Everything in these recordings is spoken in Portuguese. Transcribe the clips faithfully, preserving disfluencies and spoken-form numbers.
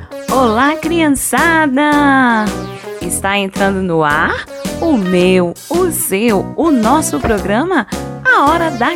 Olá, criançada! Está entrando no ar o meu, o seu, o nosso programa A Hora da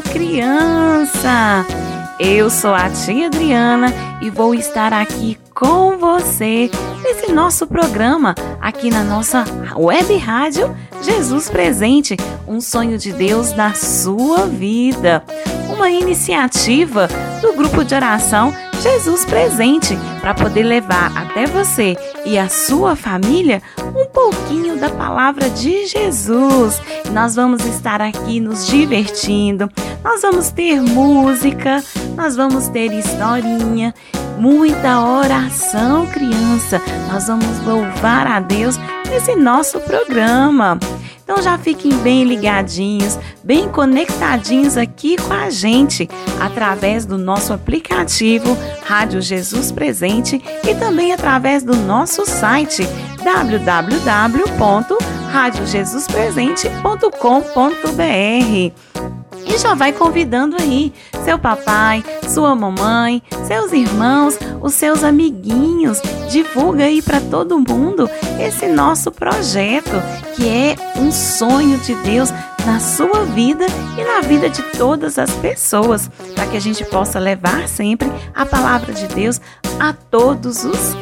Criança. Eu sou a tia Adriana e vou estar aqui com você nesse nosso programa, aqui na nossa web rádio Jesus Presente, um sonho de Deus na sua vida. Uma iniciativa do grupo de oração Jesus Presente, para poder levar até você e a sua família um pouquinho da palavra de Jesus. Nós vamos estar aqui nos divertindo, nós vamos ter música, nós vamos ter historinha, muita oração, criança. Nós vamos louvar a Deus nesse nosso programa. Então já fiquem bem ligadinhos, bem conectadinhos aqui com a gente, através do nosso aplicativo Rádio Jesus Presente e também através do nosso site w w w ponto rádio jesus presente ponto com ponto b r. E já vai convidando aí seu papai, sua mamãe, seus irmãos, os seus amiguinhos. Divulga aí para todo mundo esse nosso projeto, que é um sonho de Deus na sua vida e na vida de todas as pessoas, para que a gente possa levar sempre a palavra de Deus a todos os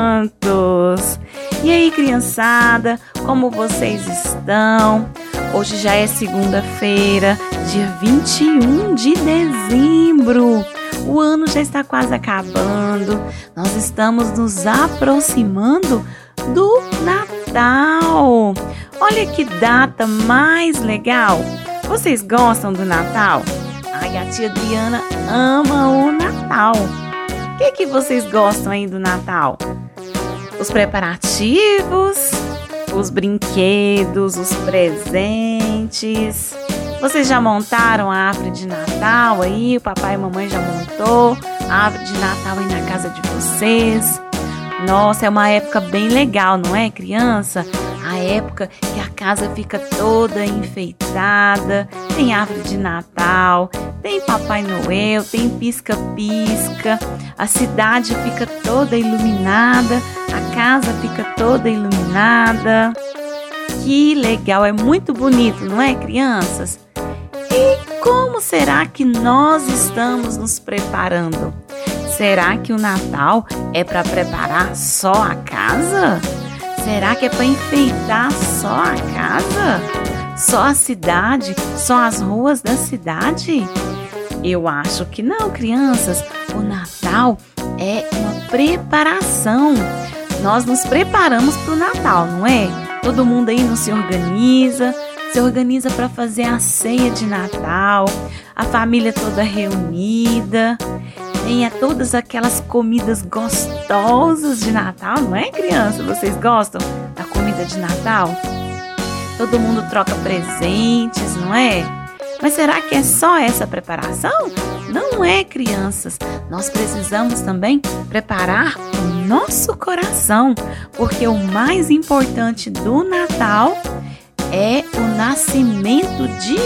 cantos. E aí, criançada, como vocês estão? Hoje já é segunda-feira, dia vinte e um de dezembro. O ano já está quase acabando. Nós estamos nos aproximando do Natal. Olha que data mais legal. Vocês gostam do Natal? Ai, a tia Adriana ama o Natal. O que que vocês gostam aí do Natal? Os preparativos, os brinquedos, os presentes. Vocês já montaram a árvore de Natal aí? O papai e a mamãe já montou a árvore de Natal aí na casa de vocês? Nossa, é uma época bem legal, não é, criança? A época que a casa fica toda enfeitada, tem árvore de Natal, tem Papai Noel, tem pisca-pisca, a cidade fica toda iluminada, a casa fica toda iluminada. Que legal, é muito bonito, não é, crianças? E como será que nós estamos nos preparando? Será que o Natal é para preparar só a casa? Será que é para enfeitar só a casa? Só a cidade? Só as ruas da cidade? Eu acho que não, crianças. O Natal é uma preparação. Nós nos preparamos para o Natal, não é? Todo mundo aí não se organiza, se organiza para fazer a ceia de Natal, a família toda reunida. Tem todas aquelas comidas gostosas de Natal, não é, criança? Vocês gostam da comida de Natal? Todo mundo troca presentes, não é? Mas será que é só essa preparação? Não é, crianças. Nós precisamos também preparar o nosso coração, porque o mais importante do Natal é o nascimento de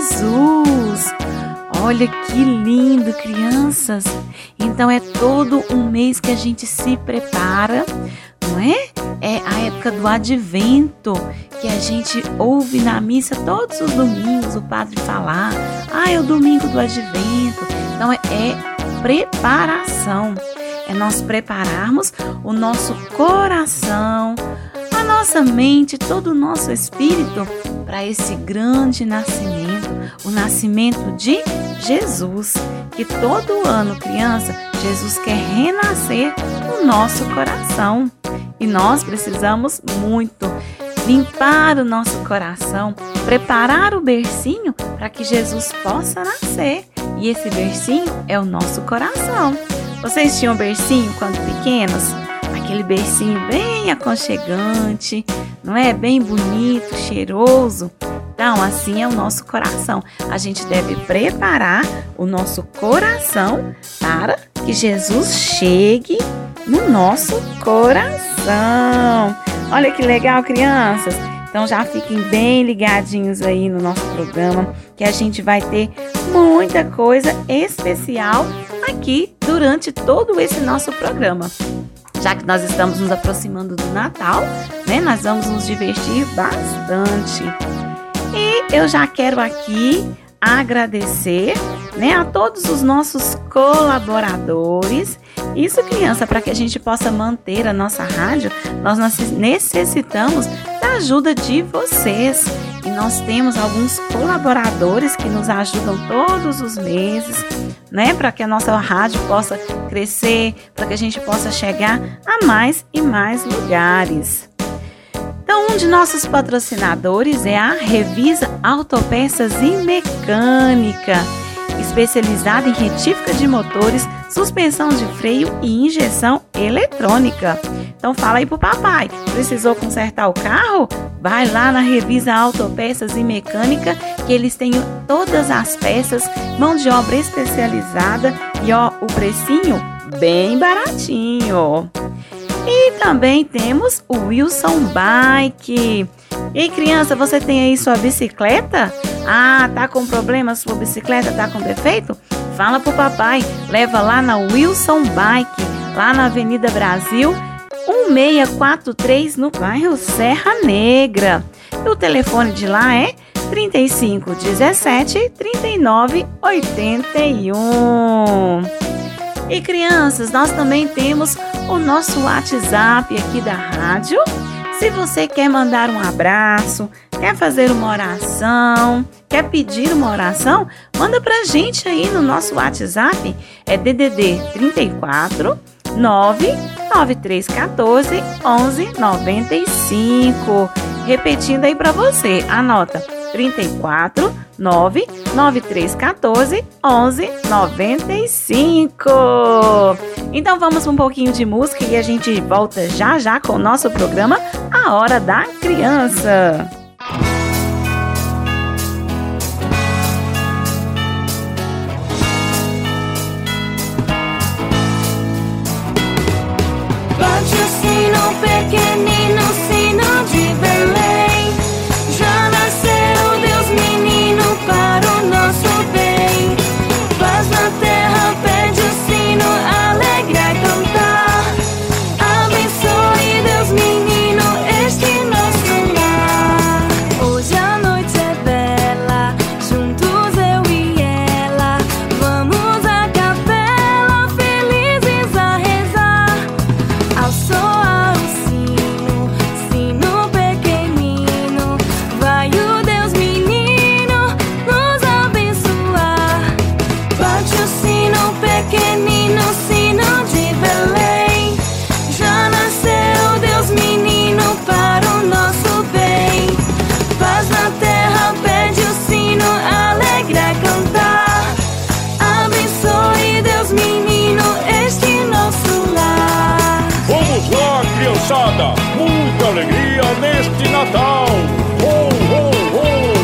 Jesus. Olha que lindo, crianças! Então é todo um mês que a gente se prepara, não é? É a época do Advento, que a gente ouve na missa todos os domingos o padre falar. Ah, é o domingo do Advento. Então é, é preparação. É nós prepararmos o nosso coração, a nossa mente, todo o nosso espírito para esse grande nascimento, o nascimento de Jesus, que todo ano, criança, Jesus quer renascer no nosso coração. E nós precisamos muito limpar o nosso coração, preparar o bercinho para que Jesus possa nascer. E esse bercinho é o nosso coração. Vocês tinham bercinho quando pequenos? Aquele bercinho bem aconchegante, não é? Bem bonito, cheiroso. Então, assim é o nosso coração. A gente deve preparar o nosso coração para que Jesus chegue no nosso coração. Olha que legal, crianças! Então já fiquem bem ligadinhos aí no nosso programa, que a gente vai ter muita coisa especial aqui durante todo esse nosso programa. Já que nós estamos nos aproximando do Natal, né? Nós vamos nos divertir bastante. E eu já quero aqui agradecer, né, a todos os nossos colaboradores. Isso, criança, para que a gente possa manter a nossa rádio, nós necessitamos da ajuda de vocês. E nós temos alguns colaboradores que nos ajudam todos os meses, né, para que a nossa rádio possa crescer, para que a gente possa chegar a mais e mais lugares. Então, um de nossos patrocinadores é a Revisa Autopeças e Mecânica, especializada em retífica de motores, suspensão de freio e injeção eletrônica. Então fala aí pro papai, precisou consertar o carro? Vai lá na Revisa Autopeças e Mecânica, que eles têm todas as peças, mão de obra especializada e ó, o precinho bem baratinho. E também temos o Wilson Bike. E criança, você tem aí sua bicicleta? Ah, tá com problema, sua bicicleta tá com defeito? Fala pro papai, leva lá na Wilson Bike, lá na Avenida Brasil, um seis quatro três, no bairro Serra Negra. E o telefone de lá é trinta e cinco, dezessete, trinta e nove, oitenta e um. E crianças, nós também temos o nosso WhatsApp aqui da rádio. Se você quer mandar um abraço, quer fazer uma oração, quer pedir uma oração, manda pra gente aí no nosso WhatsApp. É D D D trinta e quatro, nove nove três um quatro, onze noventa e cinco. Repetindo aí pra você, anota trinta e quatro, nove nove três um quatro, onze noventa e cinco. Então vamos um pouquinho de música e a gente volta já já com o nosso programa A Hora da Criança. Bate o sino, pequenino sino de Belém. Já nasceu Deus menino para o nosso bem. Paz na terra, pede o sino, alegra e cantar. Abençoe Deus menino este nosso lar. Hoje a noite é bela, juntos eu e ela. Vamos à capela, felizes a rezar. Ao soar o sino, sino pequenino, vai o Deus menino nos abençoar. Bate o sino, pequenino sino de Belém. Já nasceu Deus menino para o nosso bem. Paz na terra, pede o sino, alegra e cantar. Abençoe Deus menino este nosso lar. Vamos lá, criançada! Muita alegria neste Natal! Ho, ho, ho!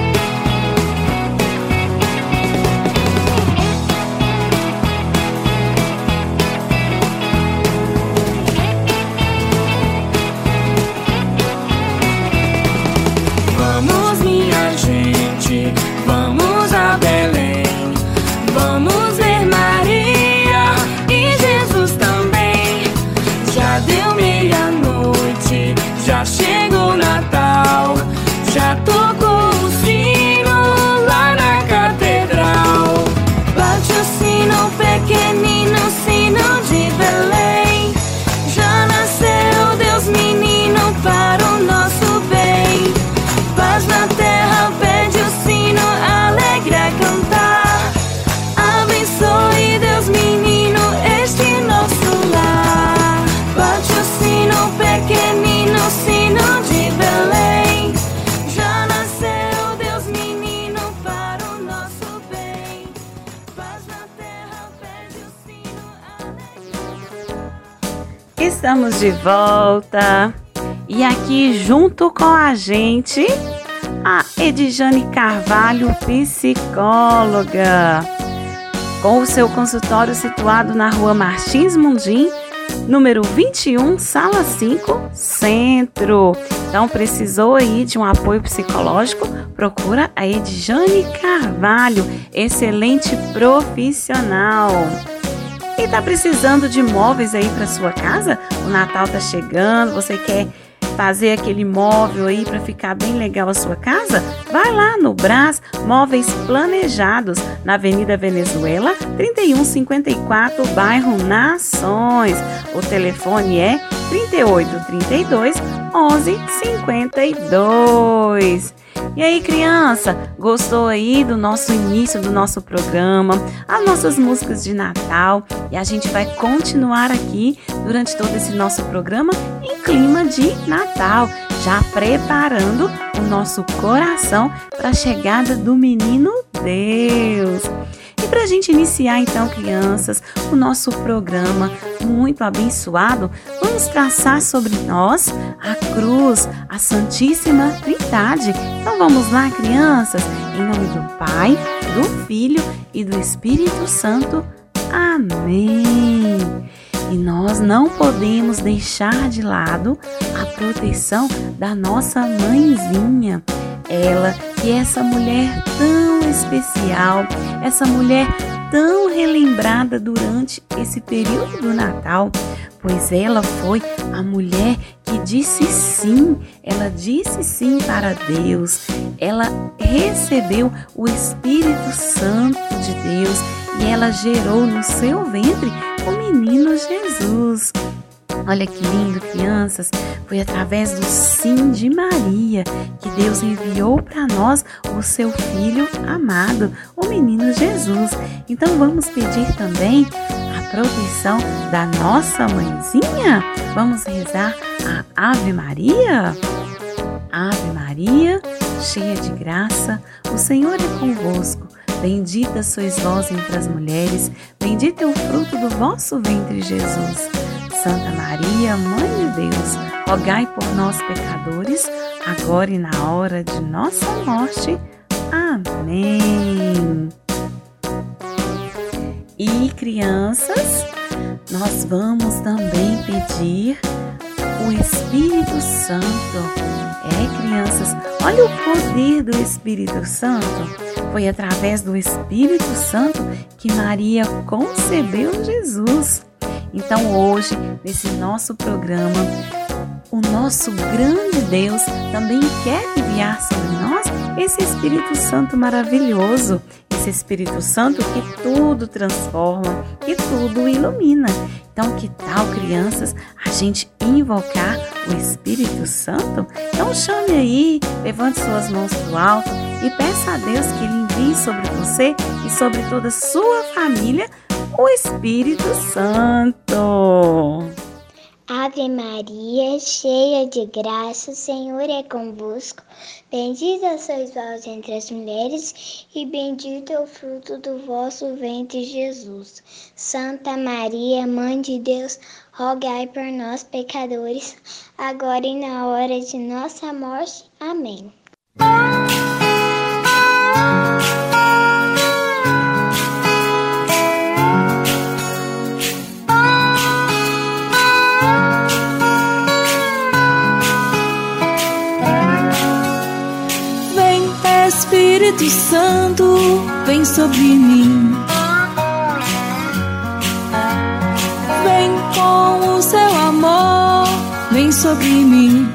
Vamos, minha gente, vamos a Belém. Vamos ver Maria e Jesus também. Já deu meia-noite, já chegou o Natal. Já tocou o sino lá na catedral. Bate o sino, pequenino sino de Belém. Já nasceu Deus menino para o nosso bem. Paz na terra, pede o sino, alegra e cantar. Abençoe Deus menino este nosso lar. Bate o sino, pequenino sino de Belém. Já nasceu Deus menino para o nosso bem. Paz na terra, pede o sino, alegra. Estamos de volta. E aqui junto com a gente, a Edjane Carvalho, psicóloga, com o seu consultório situado na Rua Martins Mundim, número vinte e um, sala cinco, Centro. Então, precisou aí de um apoio psicológico? Procura a Edjane Carvalho, excelente profissional. E tá precisando de móveis aí para sua casa? O Natal tá chegando, você quer fazer aquele móvel aí para ficar bem legal a sua casa? Vai lá no Brás Móveis Planejados, na Avenida Venezuela, trinta e um cinquenta e quatro, bairro Nações. O telefone é trinta e oito, trinta e dois, onze, cinquenta e dois. E aí, criança, gostou aí do nosso início do nosso programa, as nossas músicas de Natal? E a gente vai continuar aqui durante todo esse nosso programa em clima de Natal, já preparando o nosso coração para a chegada do menino Deus. E para a gente iniciar então, crianças, o nosso programa muito abençoado, vamos traçar sobre nós a cruz, a Santíssima Trindade. Então vamos lá, crianças, em nome do Pai, do Filho e do Espírito Santo. Amém. E nós não podemos deixar de lado a proteção da nossa mãezinha. Ela que é essa mulher tão especial, essa mulher tão relembrada durante esse período do Natal, pois ela foi a mulher que disse sim, ela disse sim para Deus, ela recebeu o Espírito Santo de Deus e ela gerou no seu ventre o menino Jesus. Olha que lindo, crianças, foi através do sim de Maria que Deus enviou para nós o seu Filho amado, o menino Jesus. Então vamos pedir também a proteção da nossa mãezinha? Vamos rezar a Ave Maria? Ave Maria, cheia de graça, o Senhor é convosco. Bendita sois vós entre as mulheres, bendito é o fruto do vosso ventre, Jesus. Santa Maria, Mãe de Deus, rogai por nós, pecadores, agora e na hora de nossa morte. Amém. E, crianças, nós vamos também pedir o Espírito Santo. É, crianças, olha o poder do Espírito Santo. Foi através do Espírito Santo que Maria concebeu Jesus. Então hoje, nesse nosso programa, o nosso grande Deus também quer enviar sobre nós esse Espírito Santo maravilhoso, esse Espírito Santo que tudo transforma, que tudo ilumina. Então, que tal, crianças, a gente invocar o Espírito Santo? Então chame aí, levante suas mãos para o alto e peça a Deus que Ele envie sobre você e sobre toda a sua família o Espírito Santo. Ave Maria, cheia de graça, o Senhor é convosco. Bendita sois vós entre as mulheres, e bendito é o fruto do vosso ventre, Jesus. Santa Maria, Mãe de Deus, rogai por nós, pecadores, agora e na hora de nossa morte. Amém. Espírito Santo, vem sobre mim. Vem com o seu amor, vem sobre mim.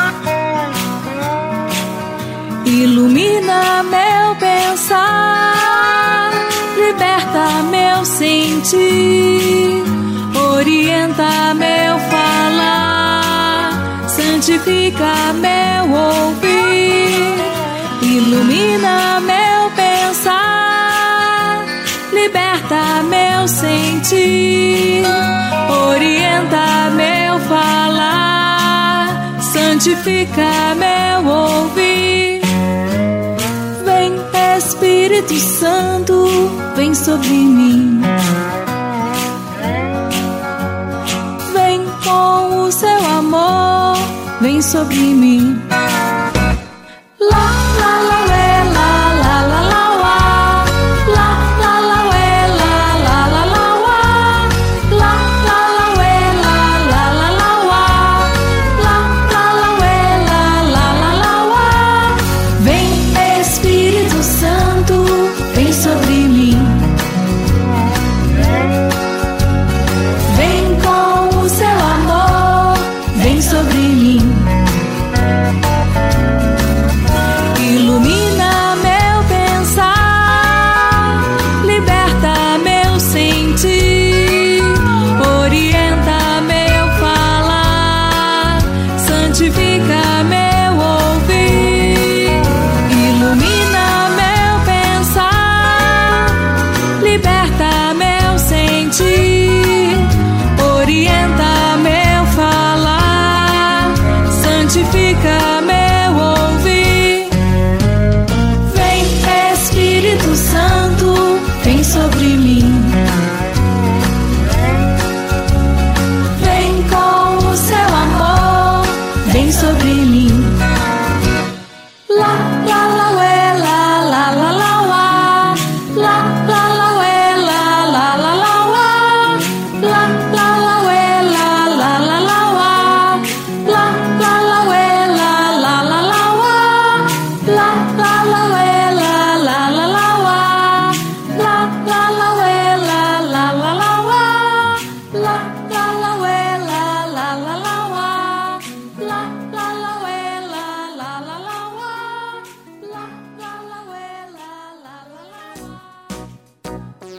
Ilumina meu pensar, liberta meu sentir, orienta meu falar, santifica meu ouvir. Ilumina meu pensar, liberta meu sentir, orienta meu falar, santifica meu ouvir. Vem, Espírito Santo, vem sobre mim. Vem com o seu amor, vem sobre mim. vem sobre mim. La la la ué, la la la la uá. La la la ué, la la la la uá. La la la ué, la la la la uá. La la la ué, la la la la uá. La la la ué, la la la la uá. La la la ué, la la la la uá. La la la ué, la la la la uá. La la la ué, la la la la uá. La la la ué, la la la la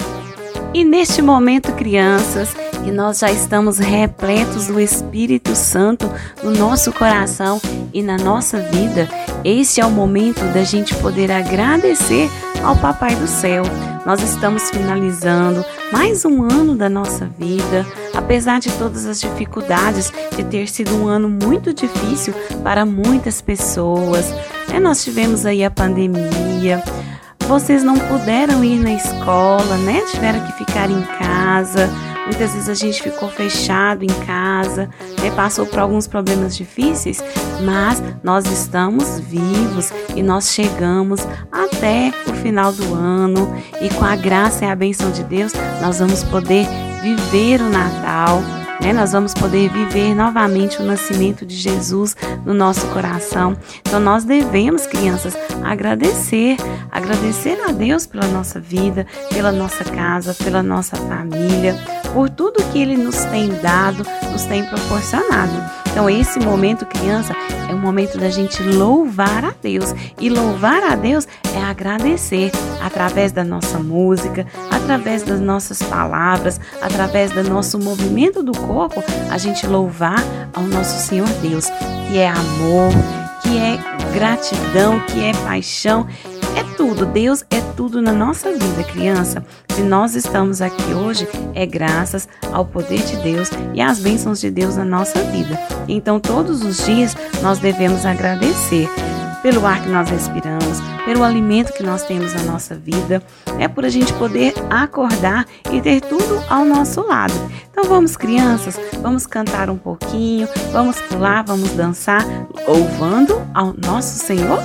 uá. E neste momento, crianças, que nós já estamos repletos do Espírito Santo no nosso coração e na nossa vida, este é o momento da gente poder agradecer ao Papai do Céu. Nós estamos finalizando mais um ano da nossa vida, apesar de todas as dificuldades de ter sido um ano muito difícil para muitas pessoas. É, nós tivemos aí a pandemia, vocês não puderam ir na escola, né? Tiveram que ficar em casa. Muitas vezes a gente ficou fechado em casa, né? Passou por alguns problemas difíceis, mas nós estamos vivos e nós chegamos até o final do ano e com a graça e a bênção de Deus nós vamos poder viver o Natal, né? Nós vamos poder viver novamente o nascimento de Jesus no nosso coração. Então nós devemos, crianças, agradecer, agradecer a Deus pela nossa vida, pela nossa casa, pela nossa família, por tudo que Ele nos tem dado, nos tem proporcionado. Então esse momento, criança, é o momento da gente louvar a Deus. E louvar a Deus é agradecer através da nossa música, através das nossas palavras, através do nosso movimento do corpo, a gente louvar ao nosso Senhor Deus, que é amor, que é gratidão, que é paixão. É tudo, Deus é tudo na nossa vida, criança. Se nós estamos aqui hoje, é graças ao poder de Deus e às bênçãos de Deus na nossa vida. Então, todos os dias, nós devemos agradecer pelo ar que nós respiramos, pelo alimento que nós temos na nossa vida, é por a gente poder acordar e ter tudo ao nosso lado. Então vamos, crianças, vamos cantar um pouquinho, vamos pular, vamos dançar, louvando ao nosso Senhor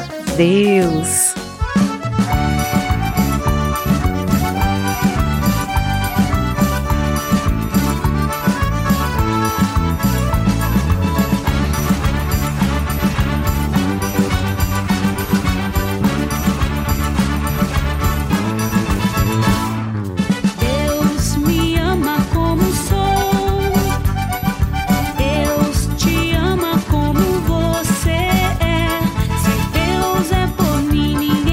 Deus. Ninguém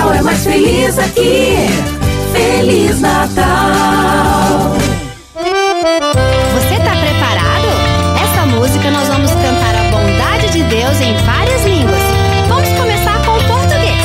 Natal é mais feliz aqui. Feliz Natal. Você tá preparado? Essa música nós vamos cantar a bondade de Deus em várias línguas. Vamos começar com o português.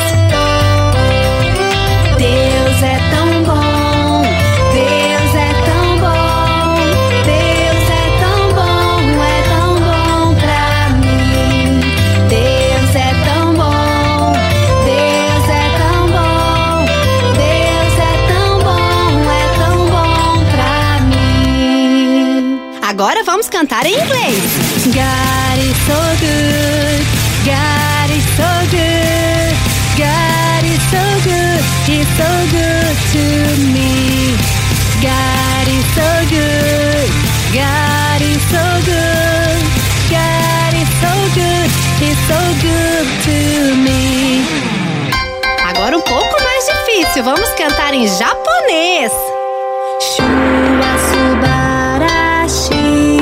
Deus é tão bom, Deus é tão bom, Deus é tão bom, é tão bom pra mim. Deus é tão bom, Deus é tão bom, Deus é tão bom, é tão bom pra mim. Agora vamos cantar em inglês. God is so good, God is so good, God is so good, He's so good to me. God is so good, God is so good, God is so good, He's so good to me. Agora um pouco mais difícil, vamos cantar em japonês. Shua subarashi,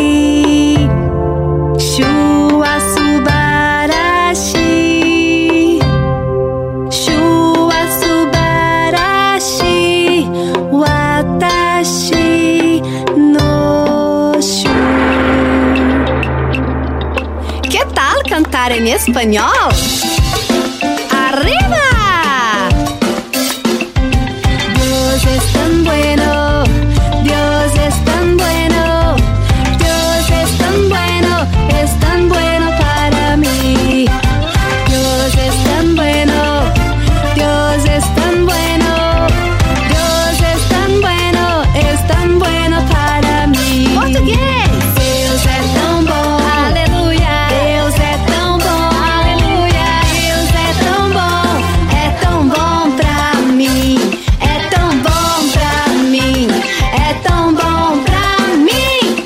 Shua subarashi, Shua subarashi, watashi no shu. Que tal cantar em espanhol? Arriba! Dios es tan bueno, Dios es tan bueno, Dios es tan bueno, es tan bueno para mí. Dios es tan bueno, Dios es tan bueno, Dios es tan bueno, es tan bueno para mí. Português! Deus é tão bom, aleluia. Deus é tão bom, aleluia. Deus é tão bom, é tão bom pra mim. É tão bom pra mim, é tão bom pra mim.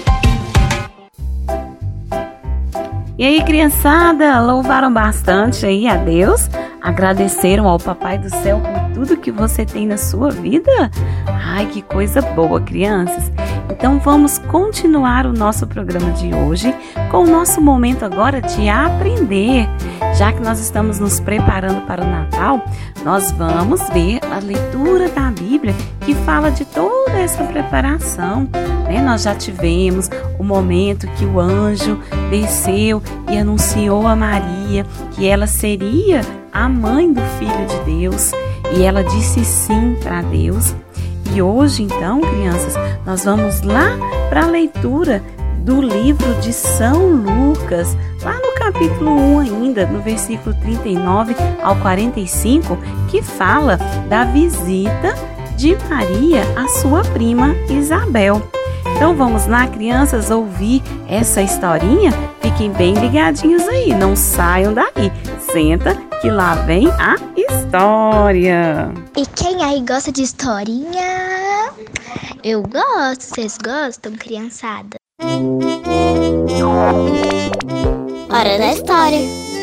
E aí, criançada, louvaram bastante aí a Deus? Agradeceram ao Papai do Céu por tudo que você tem na sua vida? Ai, que coisa boa, crianças! Então vamos continuar o nosso programa de hoje com o nosso momento agora de aprender. Já que nós estamos nos preparando para o Natal, nós vamos ver a leitura da Bíblia que fala de toda essa preparação, né? Nós já tivemos o momento que o anjo desceu e anunciou a Maria que ela seria a mãe do Filho de Deus, e ela disse sim para Deus. E hoje, então, crianças, nós vamos lá para a leitura do livro de São Lucas, lá no capítulo um ainda, no versículo trinta e nove ao quarenta e cinco, que fala da visita de Maria à sua prima Isabel. Então vamos lá, crianças, ouvir essa historinha? Fiquem bem ligadinhos aí, não saiam daí. Senta que lá vem a história. E quem aí gosta de historinha? Eu gosto, vocês gostam, criançada? Hora da história.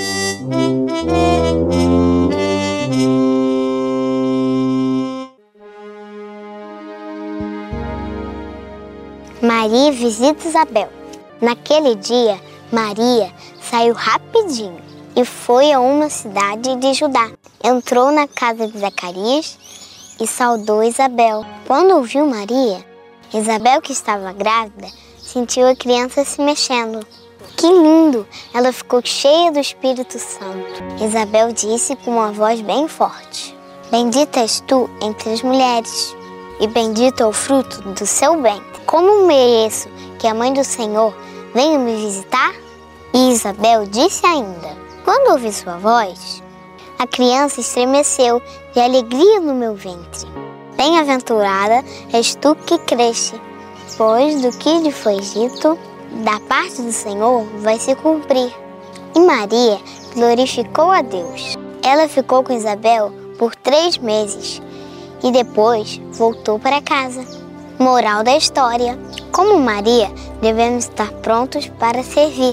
Maria visita Isabel. Naquele dia, Maria saiu rapidinho e foi a uma cidade de Judá. Entrou na casa de Zacarias e saudou Isabel. Quando ouviu Maria, Isabel, que estava grávida, sentiu a criança se mexendo. Que lindo! Ela ficou cheia do Espírito Santo. Isabel disse com uma voz bem forte: Bendita és tu entre as mulheres, e bendito é o fruto do seu ventre. Como mereço que a mãe do Senhor venha me visitar? E Isabel disse ainda: Quando ouvi sua voz, a criança estremeceu de alegria no meu ventre. Bem-aventurada és tu que cresce, pois do que lhe foi dito, da parte do Senhor vai se cumprir. E Maria glorificou a Deus. Ela ficou com Isabel por três meses e depois voltou para casa. Moral da história: como Maria, devemos estar prontos para servir.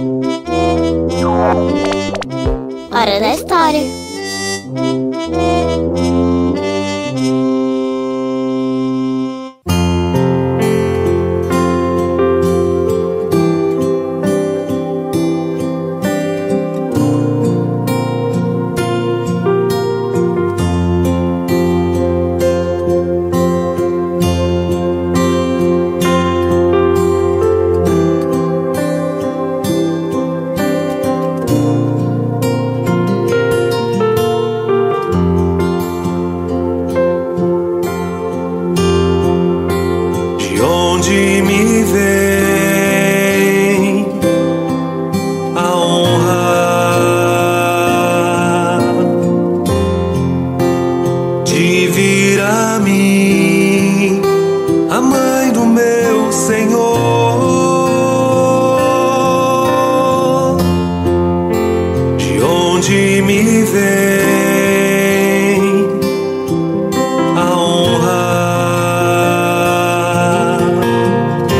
Hora da história. onde me vem a honra de vir a mim, a mãe do meu Senhor, de onde me vem a honra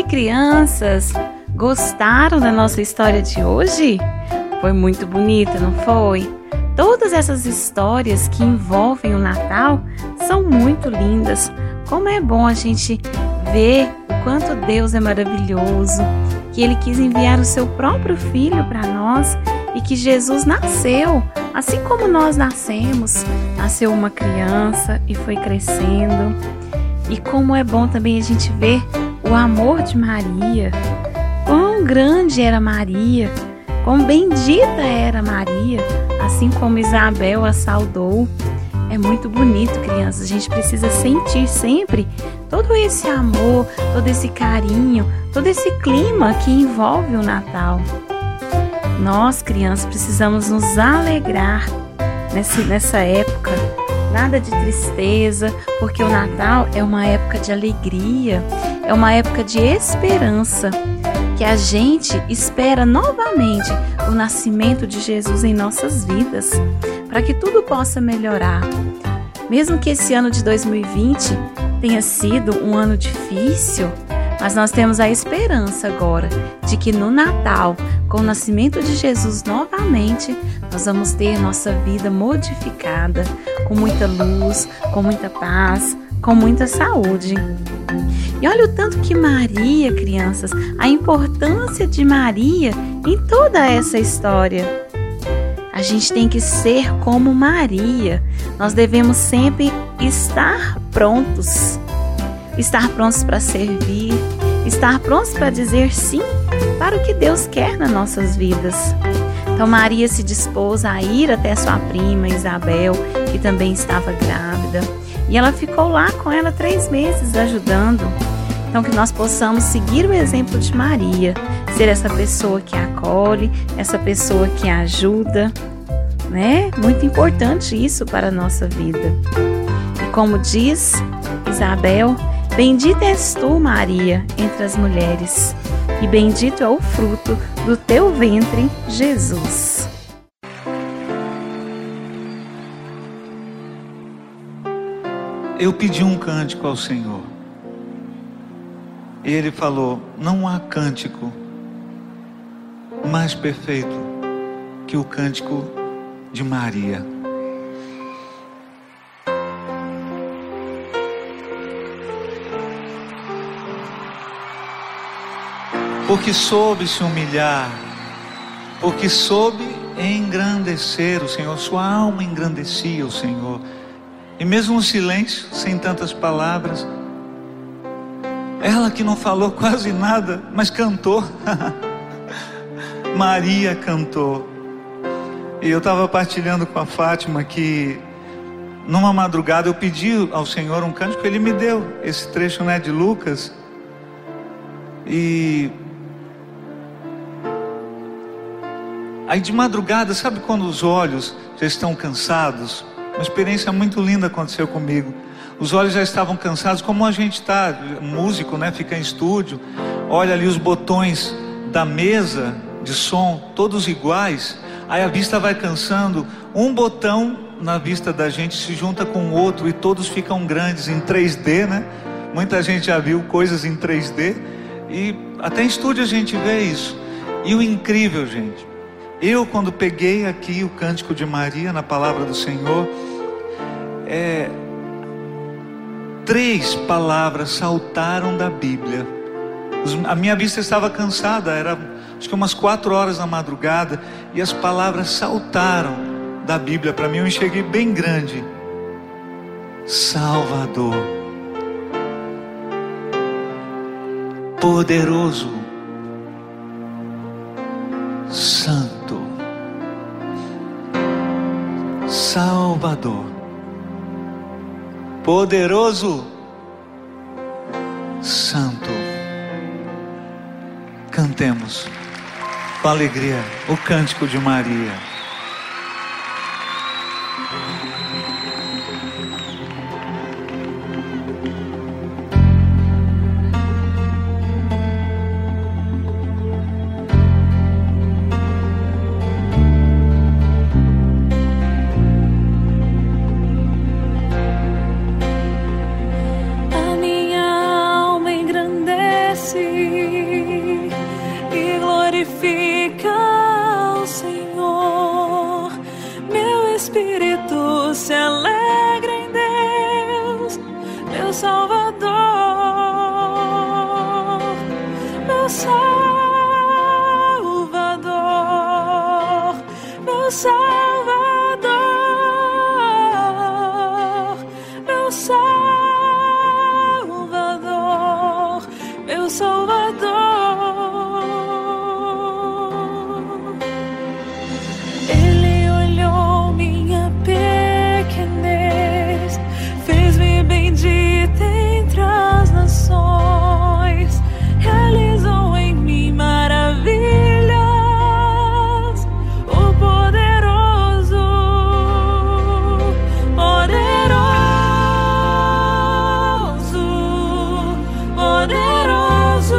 crianças? Gostaram da nossa história de hoje? Foi muito bonita, não foi? Todas essas histórias que envolvem o Natal são muito lindas. Como é bom a gente ver o quanto Deus é maravilhoso, que Ele quis enviar o seu próprio Filho para nós e que Jesus nasceu, assim como nós nascemos, nasceu uma criança e foi crescendo. E como é bom também a gente ver o amor de Maria, quão grande era Maria, quão bendita era Maria, assim como Isabel a saudou. É muito bonito, crianças. A gente precisa sentir sempre todo esse amor, todo esse carinho, todo esse clima que envolve o Natal. Nós, crianças, precisamos nos alegrar nessa, nessa época. Nada de tristeza, porque o Natal é uma época de alegria, é uma época de esperança, que a gente espera novamente o nascimento de Jesus em nossas vidas, para que tudo possa melhorar. Mesmo que esse ano de dois mil e vinte tenha sido um ano difícil, mas nós temos a esperança agora de que no Natal, com o nascimento de Jesus novamente, nós vamos ter nossa vida modificada, com muita luz, com muita paz, com muita saúde. E olha o tanto que Maria, crianças, a importância de Maria em toda essa história. A gente tem que ser como Maria. Nós devemos sempre estar prontos. Estar prontos para servir, estar prontos para dizer sim para o que Deus quer nas nossas vidas. Então Maria se dispôs a ir até sua prima Isabel, que também estava grávida, e ela ficou lá com ela três meses ajudando. Então que nós possamos seguir o exemplo de Maria, ser essa pessoa que acolhe, essa pessoa que ajuda, né? Muito importante isso para a nossa vida. E como diz Isabel, bendita és tu, Maria, entre as mulheres, e bendito é o fruto do teu ventre, Jesus. Eu pedi um cântico ao Senhor. E Ele falou: não há cântico mais perfeito que o cântico de Maria. Porque soube se humilhar, porque soube engrandecer o Senhor, sua alma engrandecia o Senhor. E mesmo no silêncio, sem tantas palavras, ela que não falou quase nada, mas cantou. Maria cantou. E eu estava partilhando com a Fátima que numa madrugada eu pedi ao Senhor um cântico, Ele me deu esse trecho, né, de Lucas. E aí de madrugada, sabe quando os olhos já estão cansados? Uma experiência muito linda aconteceu comigo. Os olhos já estavam cansados, como a gente está, músico, né? Fica em estúdio, olha ali os botões da mesa de som, todos iguais. Aí a vista vai cansando, um botão na vista da gente se junta com o outro e todos ficam grandes em três D, né? Muita gente já viu coisas em três D e até em estúdio a gente vê isso. E o incrível, gente, eu quando peguei aqui o Cântico de Maria na Palavra do Senhor, é, três palavras saltaram da Bíblia. Os, a minha vista estava cansada, era acho que umas quatro horas da madrugada, e as palavras saltaram da Bíblia para mim. Eu enxerguei bem grande: Salvador, poderoso, santo. Salvador, poderoso, santo. Cantemos com alegria o Cântico de Maria. A minha alma engrandece espírito se alegra em Deus, meu Salvador, meu Salvador, meu Salvador, meu Salvador, meu Salvador. Ele olhou minha pequenez, fez-me bendita entre as nações, realizou em mim maravilhas. O poderoso, poderoso, poderoso,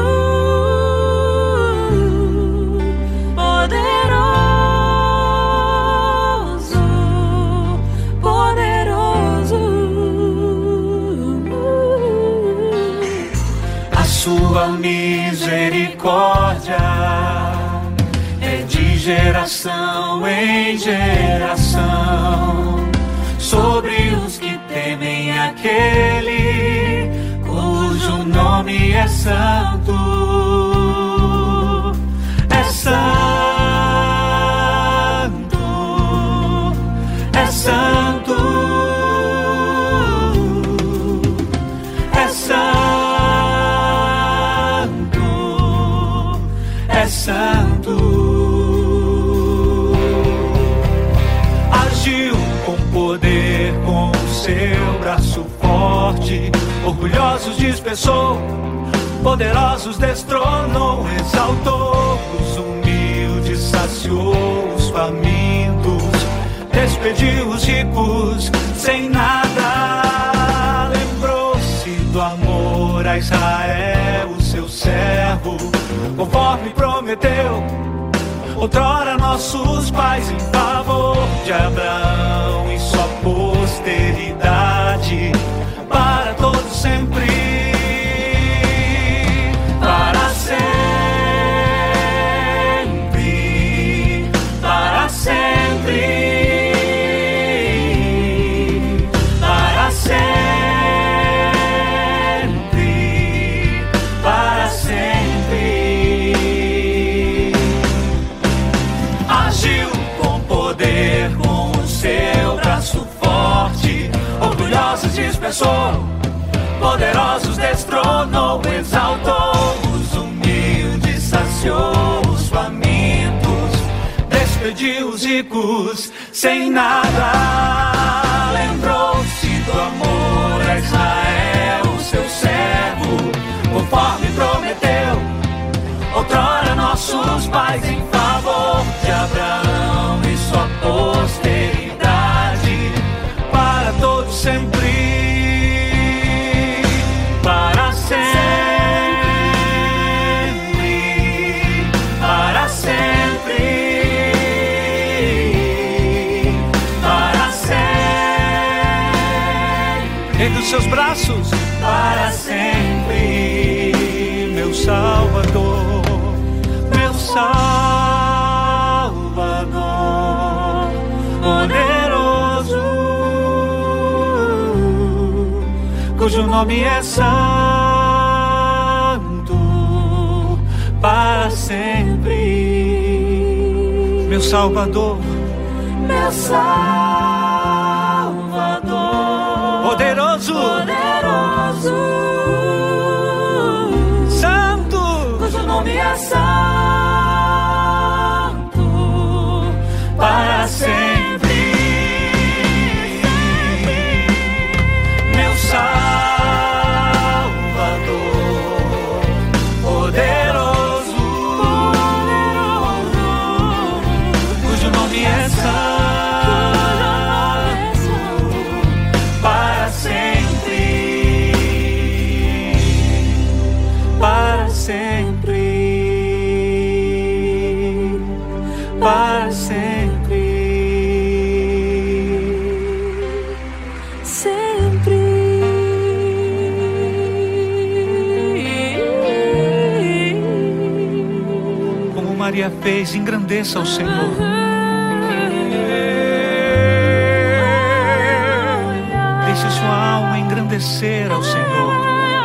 poderoso, poderoso. A sua misericórdia é de geração em geração sobre os que temem aquele cujo nome é santo. É santo, é santo, é santo, é santo. Agiu com poder, com o seu braço forte, orgulhosos dispersou, poderosos destronou, exaltou os humildes, saciou os famintos, despediu os ricos sem nada. Lembrou-se do amor a Israel, o seu servo, conforme prometeu outrora nossos pais, em favor de Abraão e sua posteridade, para todos sempre, para sempre, para sempre, para sempre, para sempre. Agiu com poder, com o seu braço forte, orgulhosos dispersou, poderosos destronou, exaltou os humildes, saciou os famintos, despediu os ricos sem nada. Lembrou-se do amor a Israel, o seu servo, conforme prometeu outrora nossos pais, em favor de Abraão e sua posteridade, para todos sempre, para sempre, para sempre, para sempre. Entre os seus braços, para sempre, meu Salvador, meu Salvador, poderoso, cujo nome é santo, para sempre. Meu Salvador, meu Salvador, poderoso, poderoso, santo, cujo nome é santo, para sempre. Meu Salvador, poderoso, cujo nome é santo, para sempre, para sempre, para sempre, sempre. Como Maria fez, engrandeça o Senhor. agradecer ao Senhor.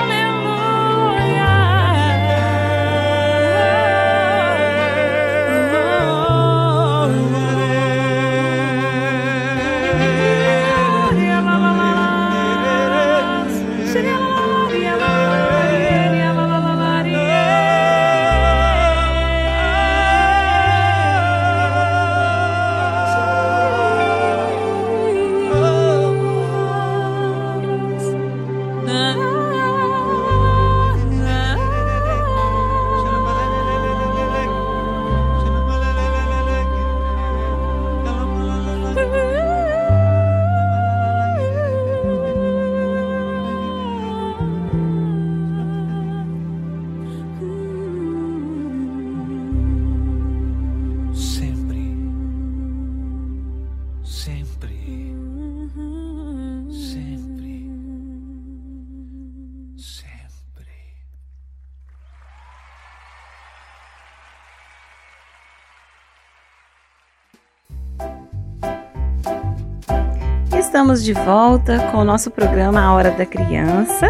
Estamos de volta com o nosso programa A Hora da Criança,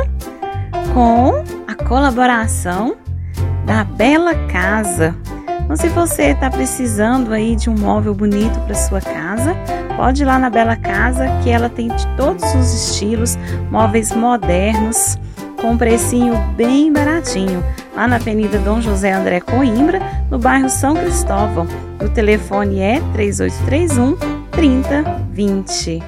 com a colaboração da Bela Casa. Então, se você está precisando aí de um móvel bonito para sua casa, pode ir lá na Bela Casa, que ela tem de todos os estilos, móveis modernos, com um precinho bem baratinho, lá na Avenida Dom José André Coimbra, no bairro São Cristóvão. O telefone é três oito três um, três zero dois zero.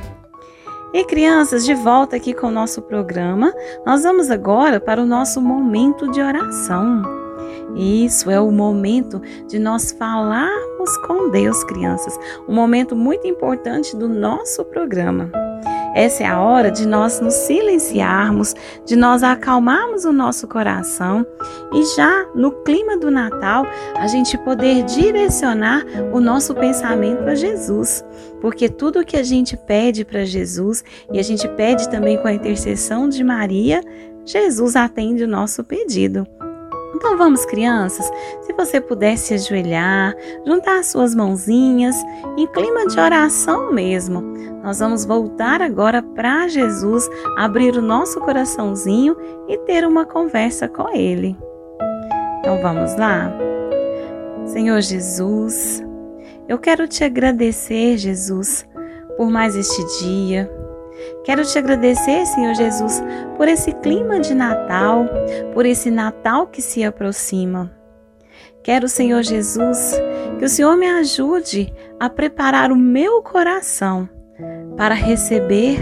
E crianças, de volta aqui com o nosso programa, nós vamos agora para o nosso momento de oração. Isso é o momento de nós falarmos com Deus, crianças. Um momento muito importante do nosso programa. Essa é a hora de nós nos silenciarmos, de nós acalmarmos o nosso coração e já no clima do Natal a gente poder direcionar o nosso pensamento a Jesus. Porque tudo que a gente pede para Jesus e a gente pede também com a intercessão de Maria, Jesus atende o nosso pedido. Então vamos, crianças, se você puder se ajoelhar, juntar as suas mãozinhas, em clima de oração mesmo. Nós vamos voltar agora para Jesus, abrir o nosso coraçãozinho e ter uma conversa com Ele. Então vamos lá? Senhor Jesus, eu quero te agradecer, Jesus, por mais este dia. Quero te agradecer, Senhor Jesus, por esse clima de Natal, por esse Natal que se aproxima. Quero, Senhor Jesus, que o Senhor me ajude a preparar o meu coração para receber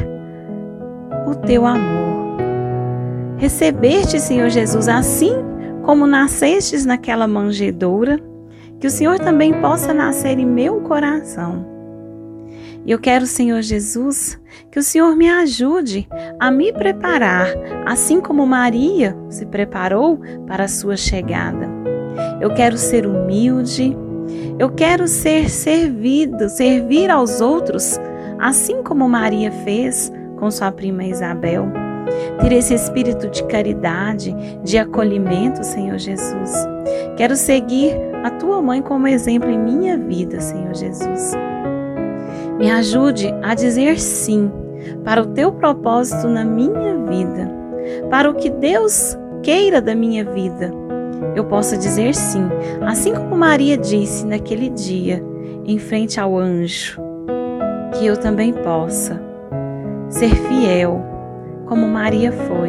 o teu amor. Receber-te, Senhor Jesus, assim como nascestes naquela manjedoura, que o Senhor também possa nascer em meu coração. E eu quero, Senhor Jesus, que o Senhor me ajude a me preparar, assim como Maria se preparou para a sua chegada. Eu quero ser humilde, eu quero ser servido, servir aos outros, assim como Maria fez com sua prima Isabel. Ter esse espírito de caridade, de acolhimento, Senhor Jesus. Quero seguir a tua mãe como exemplo em minha vida, Senhor Jesus. Me ajude a dizer sim para o teu propósito na minha vida, para o que Deus queira da minha vida. Eu posso dizer sim, assim como Maria disse naquele dia, em frente ao anjo, que eu também possa ser fiel, como Maria foi.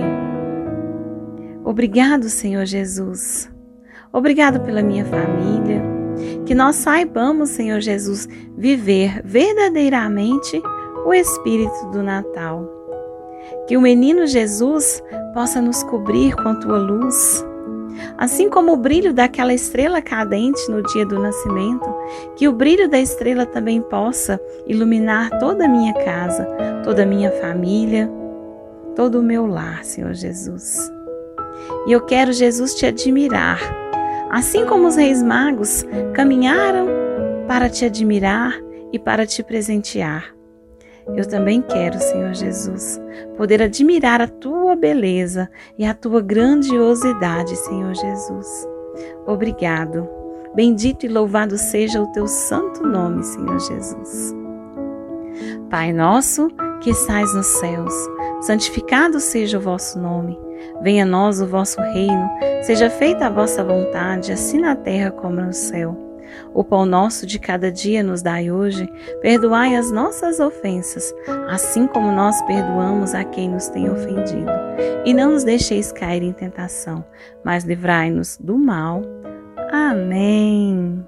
Obrigado, Senhor Jesus. Obrigado pela minha família. Que nós saibamos, Senhor Jesus, viver verdadeiramente o espírito do Natal. Que o menino Jesus possa nos cobrir com a tua luz. Assim como o brilho daquela estrela cadente no dia do nascimento, que o brilho da estrela também possa iluminar toda a minha casa, toda a minha família, todo o meu lar, Senhor Jesus. E eu quero, Jesus, te admirar. Assim como os reis magos caminharam para te admirar e para te presentear. Eu também quero, Senhor Jesus, poder admirar a tua beleza e a tua grandiosidade, Senhor Jesus. Obrigado. Bendito e louvado seja o teu santo nome, Senhor Jesus. Pai nosso, que estais nos céus, santificado seja o vosso nome. Venha a nós o vosso reino, seja feita a vossa vontade, assim na terra como no céu. O pão nosso de cada dia nos dai hoje, perdoai as nossas ofensas, assim como nós perdoamos a quem nos tem ofendido. E não nos deixeis cair em tentação, mas livrai-nos do mal. Amém.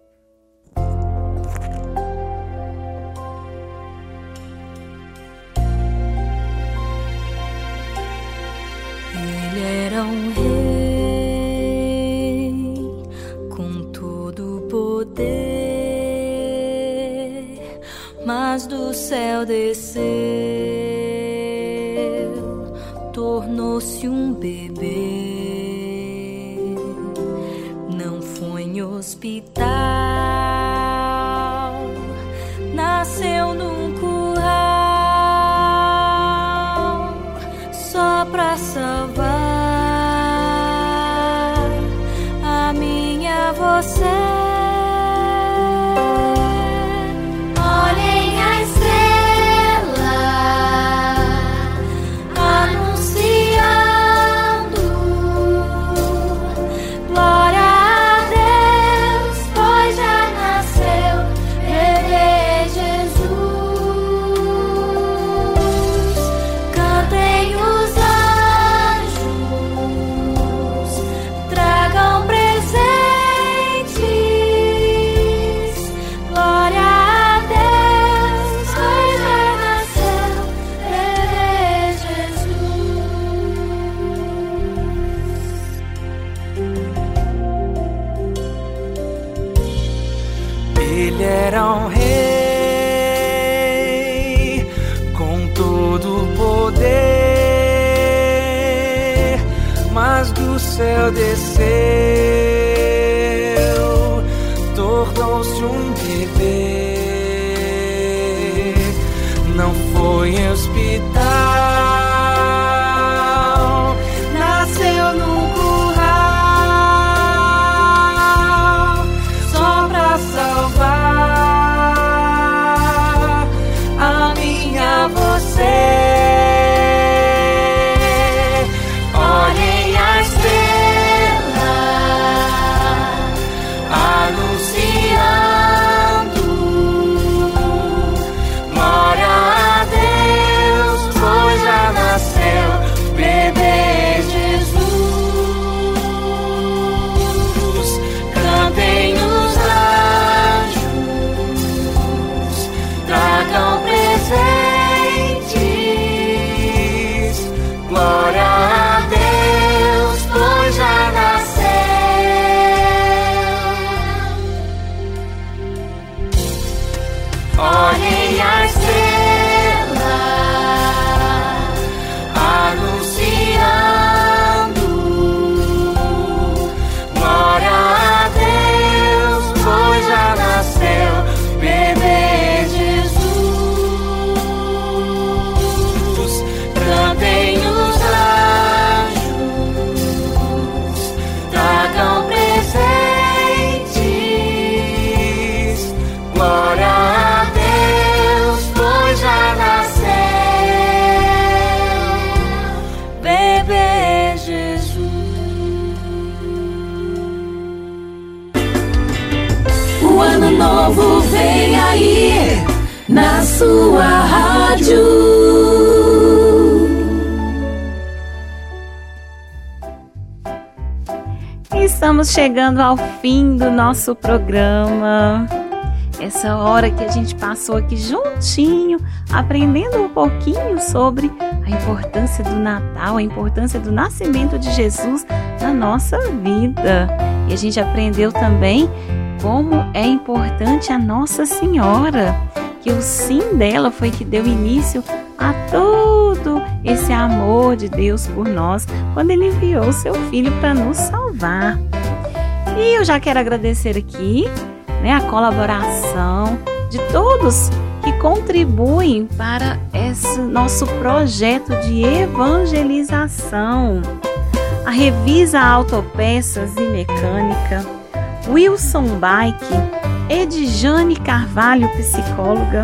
Ele era um rei com todo o poder, mas do céu desceu, tornou-se um bebê. Não foi em hospital, nasceu num curral, só pra salvar a minha você. Olhem a estrela anunciando glória a Deus, pois já nasceu bebê Jesus. Cantem os anjos, tragam presentes, glória a Deus, pois já nasceu bebê Jesus. Ele era um rei com todo o poder, mas do céu desceu, tornou-se um bebê. Não foi em hospital, nasceu num curral, só pra salvar a minha você. Olhem a estrela anunciando glória a Deus, pois já nasceu bebê Jesus. Cantem os anjos, tragam presentes, glória a Deus, pois já nasceu. Olhem a estrela anunciando glória a Deus, pois já nasceu bebê Jesus. Cantem os anjos, tragam presentes, glória a Deus, pois já nasceu bebê Jesus. O ano novo vem aí na sua rádio. Estamos chegando ao fim do nosso programa. Essa hora que a gente passou aqui juntinho, aprendendo um pouquinho sobre a importância do Natal, a importância do nascimento de Jesus na nossa vida. E a gente aprendeu também como é importante a Nossa Senhora, que o sim dela foi que deu início a todo esse amor de Deus por nós, quando Ele enviou seu Filho para nos salvar. E eu já quero agradecer aqui, né, a colaboração de todos que contribuem para esse nosso projeto de evangelização. A Revisa Autopeças e Mecânica, Wilson Bike, Edjane Carvalho, psicóloga,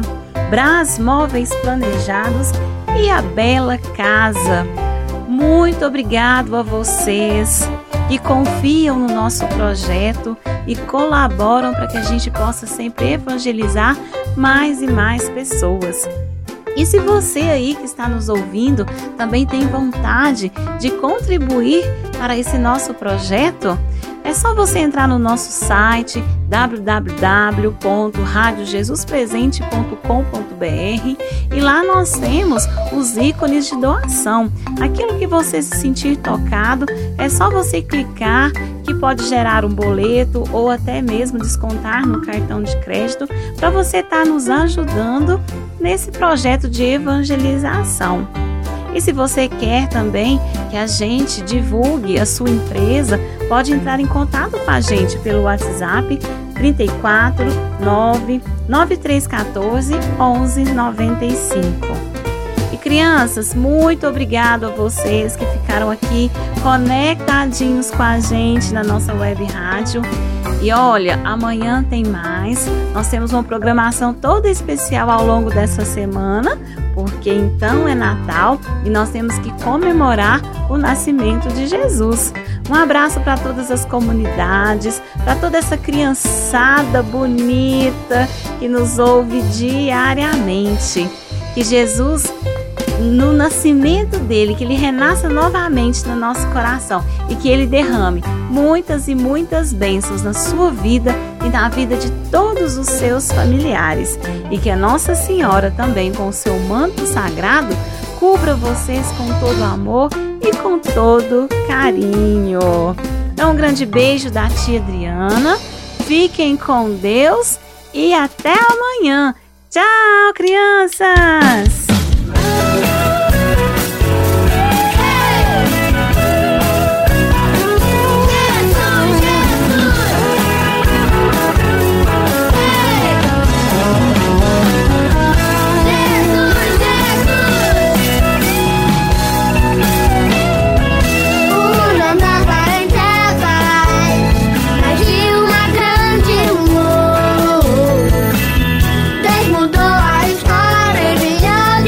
Brás Móveis Planejados e a Bela Casa. Muito obrigado a vocês que confiam no nosso projeto e colaboram para que a gente possa sempre evangelizar mais e mais pessoas. E se você aí que está nos ouvindo também tem vontade de contribuir para esse nosso projeto, é só você entrar no nosso site w w w ponto rádio jesus presente ponto com ponto b r e lá nós temos os ícones de doação. Aquilo que você se sentir tocado, é só você clicar, que pode gerar um boleto ou até mesmo descontar no cartão de crédito para você estar nos ajudando nesse projeto de evangelização. E se você quer também que a gente divulgue a sua empresa, pode entrar em contato com a gente pelo WhatsApp trinta e quatro, nove, nove três um quatro, onze noventa e cinco. E crianças, muito obrigado a vocês que ficaram aqui conectadinhos com a gente na nossa web rádio. E olha, amanhã tem mais. Nós temos uma programação toda especial ao longo dessa semana, porque então é Natal e nós temos que comemorar o nascimento de Jesus. Um abraço para todas as comunidades, para toda essa criançada bonita que nos ouve diariamente. Que Jesus, no nascimento dele, que ele renasça novamente no nosso coração e que ele derrame muitas e muitas bênçãos na sua vida e na vida de todos os seus familiares. E que a Nossa Senhora também, com o seu manto sagrado, cubra vocês com todo amor e com todo carinho. Então, um grande beijo da tia Adriana. Fiquem com Deus e até amanhã. Tchau, crianças! Mudou a história, ele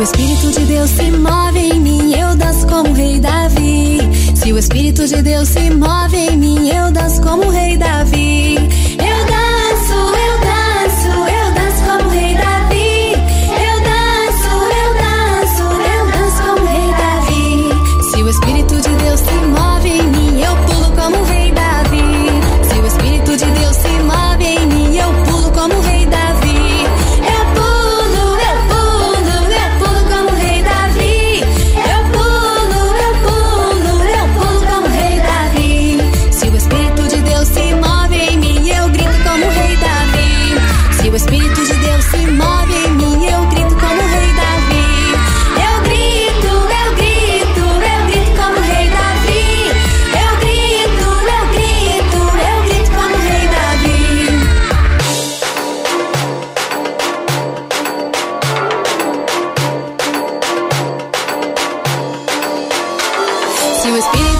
Espírito de Deus se move em mim, eu danço como o rei Davi. Se o Espírito de Deus se move em mim, eu danço como o rei Davi. Eu danço, eu danço, eu danço como o rei Davi. Eu danço, eu danço, eu danço como o rei Davi. Se o Espírito de Deus se move em mim, eu pulo como o rei Davi. Se o Espírito de Deus se move em mim, eu pulo como o rei Davi. Eu pulo, eu pulo, eu pulo como o rei Davi. Eu pulo, eu pulo, eu pulo como o rei Davi. Se o Espírito de Deus se move em mim, eu grito como o rei Davi. Se o Espírito de Deus se move em mim, eu grito como o rei Davi. Eu grito, eu grito, eu grito como o rei Davi. Eu grito, eu grito, eu grito como o rei Davi. Se o Espírito